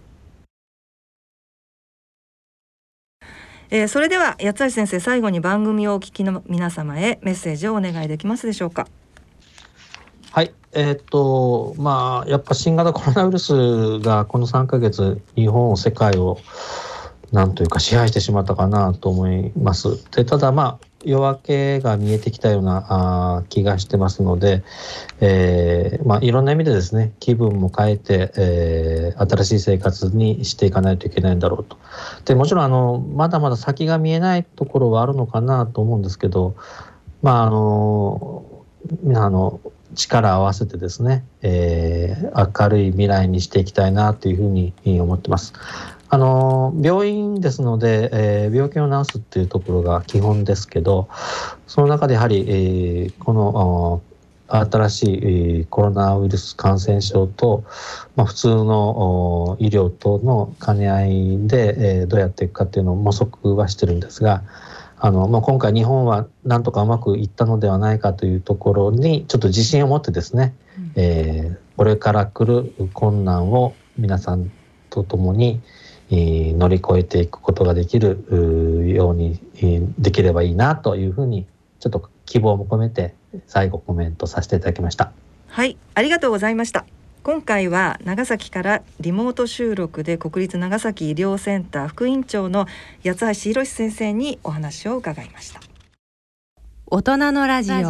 えー、それでは八橋先生、最後に番組をお聞きの皆様へメッセージをお願いできますでしょうか。 はい、えー、っとまあやっぱ新型コロナウイルスがこのさんかげつ日本を世界をなんというか支配してしまったかなと思います。でただまあ夜明けが見えてきたようなあ気がしてますので、えーまあ、いろんな意味でですね、気分も変えて、えー、新しい生活にしていかないといけないんだろうと。でもちろんあのまだまだ先が見えないところはあるのかなと思うんですけど、まああのみんなあの力を合わせてですね、えー、明るい未来にしていきたいなというふうに思ってます。あの病院ですので、えー、病気を治すっていうところが基本ですけど、その中でやはり、えー、この新しい、えー、コロナウイルス感染症と、まあ、普通の医療との兼ね合いで、えー、どうやっていくかっていうのを模索はしてるんですが、あの、まあ、今回日本はなんとかうまくいったのではないかというところにちょっと自信を持ってですね、うん、えー、これから来る困難を皆さんと共に乗り越えていくことができるようにできればいいなというふうにちょっと希望も込めて最後コメントさせていただきました。 はい、ありがとうございました。 今回は長崎からリモート収録で国立長崎医療センター副院長の八橋博先生にお話を伺いました。 大人のラジオ。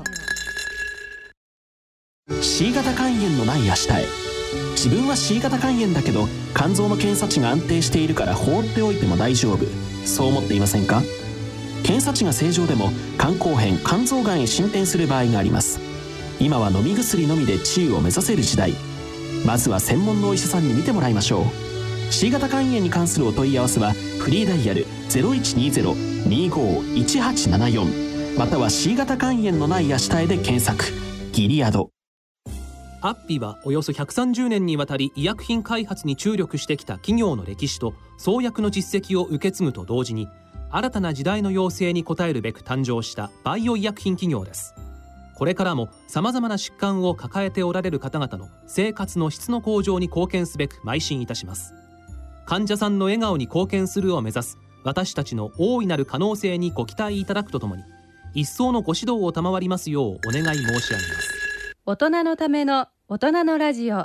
シー 型肝炎のない明日へ。自分は シー 型肝炎だけど肝臓の検査値が安定しているから放っておいても大丈夫、そう思っていませんか？検査値が正常でも肝硬変、肝臓がんへ進展する場合があります。今は飲み薬のみで治癒を目指せる時代。まずは専門のお医者さんに診てもらいましょう。 シー 型肝炎に関するお問い合わせはフリーダイヤル ゼロいちにゼロ にごーいちはちななよん または シー 型肝炎のない明日へで検索。ギリアド。 アッピはおよそひゃくさんじゅうねんにわたり医薬品開発に注力してきた企業の歴史と創薬の実績を受け継ぐと同時に、新たな時代の要請に応えるべく誕生したバイオ医薬品企業です。これからもさまざまな疾患を抱えておられる方々の生活の質の向上に貢献すべく邁進いたします。患者さんの笑顔に貢献するを目指す私たちの大いなる可能性にご期待いただくとともに、一層のご指導を賜りますようお願い申し上げます。 大人のための大人のラジオ。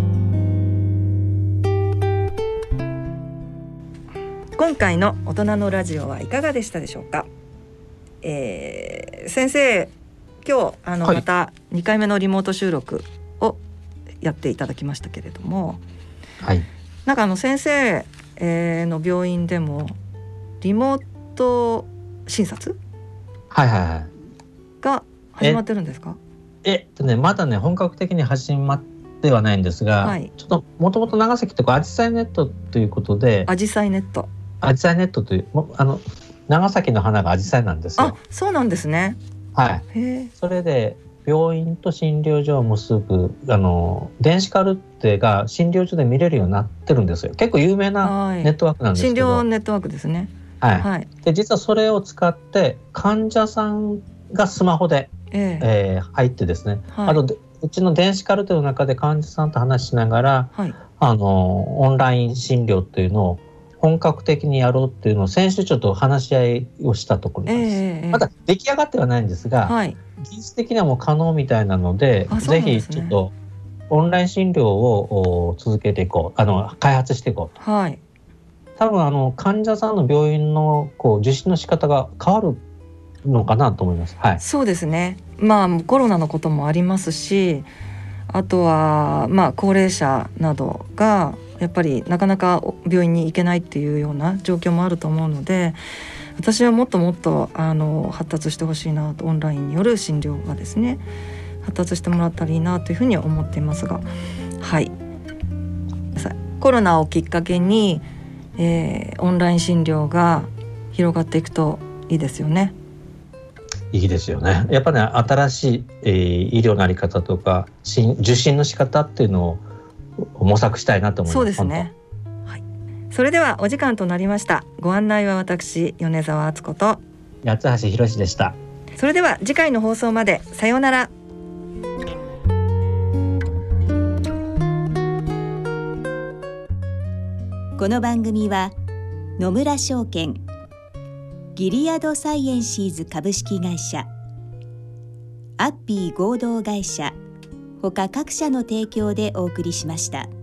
今回の大人のラジオはいかがでしたでしょうか。えー、先生、今日あの、はい、またにかいめのリモート収録をやっていただきましたけれども、 はい、 なんかあの先生、えー、の病院でもリモート診察、 はいはいはい、 が始まってるんですか？ えっとね、まだね本格的に始まってはないんですが、はい、ちょっともともと長崎ってこうアジサイネットということで、 アジサイネットアジサイネットというあの長崎の花がアジサイなんですよ。 あ、そうなんですね。 はい。へ、それで病院と診療所を結ぶあの電子カルテが診療所で見れるようになってるんですよ。結構有名なネットワークなんですけど、 診療ネットワークですね。 はい、はい、で実はそれを使って患者さんがスマホで、えーえー、入ってですね、はい、あとうちの電子カルテの中で患者さんと話しながら、はい、あのオンライン診療っていうのを本格的にやろうっていうのを先週ちょっと話し合いをしたところなんです、えー、まだ出来上がってはないんですが、はい、技術的にはもう可能みたいなの で, で、ね、ぜひちょっとオンライン診療を続けていこう、あの開発していこうと、はい、多分あの患者さんの病院のこう受診の仕方が変わるのかなと思います、はい、 そうですね。まあコロナのこともありますし、あとはまあ高齢者などがやっぱりなかなか病院に行けないっていうような状況もあると思うので、私はもっともっとあの発達してほしいなと、オンラインによる診療がですね発達してもらったらいいなというふうには思っていますが、はい、コロナをきっかけに、えー、オンライン診療が広がっていくといいですよね。 いいですよね。やっぱり、ね、新しい、えー、医療のあり方とか受診の仕方っていうのを模索したいなと思います。 そうですね、はい、それではお時間となりました。ご案内は私米沢敦子と八橋博でした。 それでは次回の放送まで、さようなら。 この番組は野村証券、ギリアドサイエンシーズ株式会社、アッピー合同会社他各社の提供でお送りしました。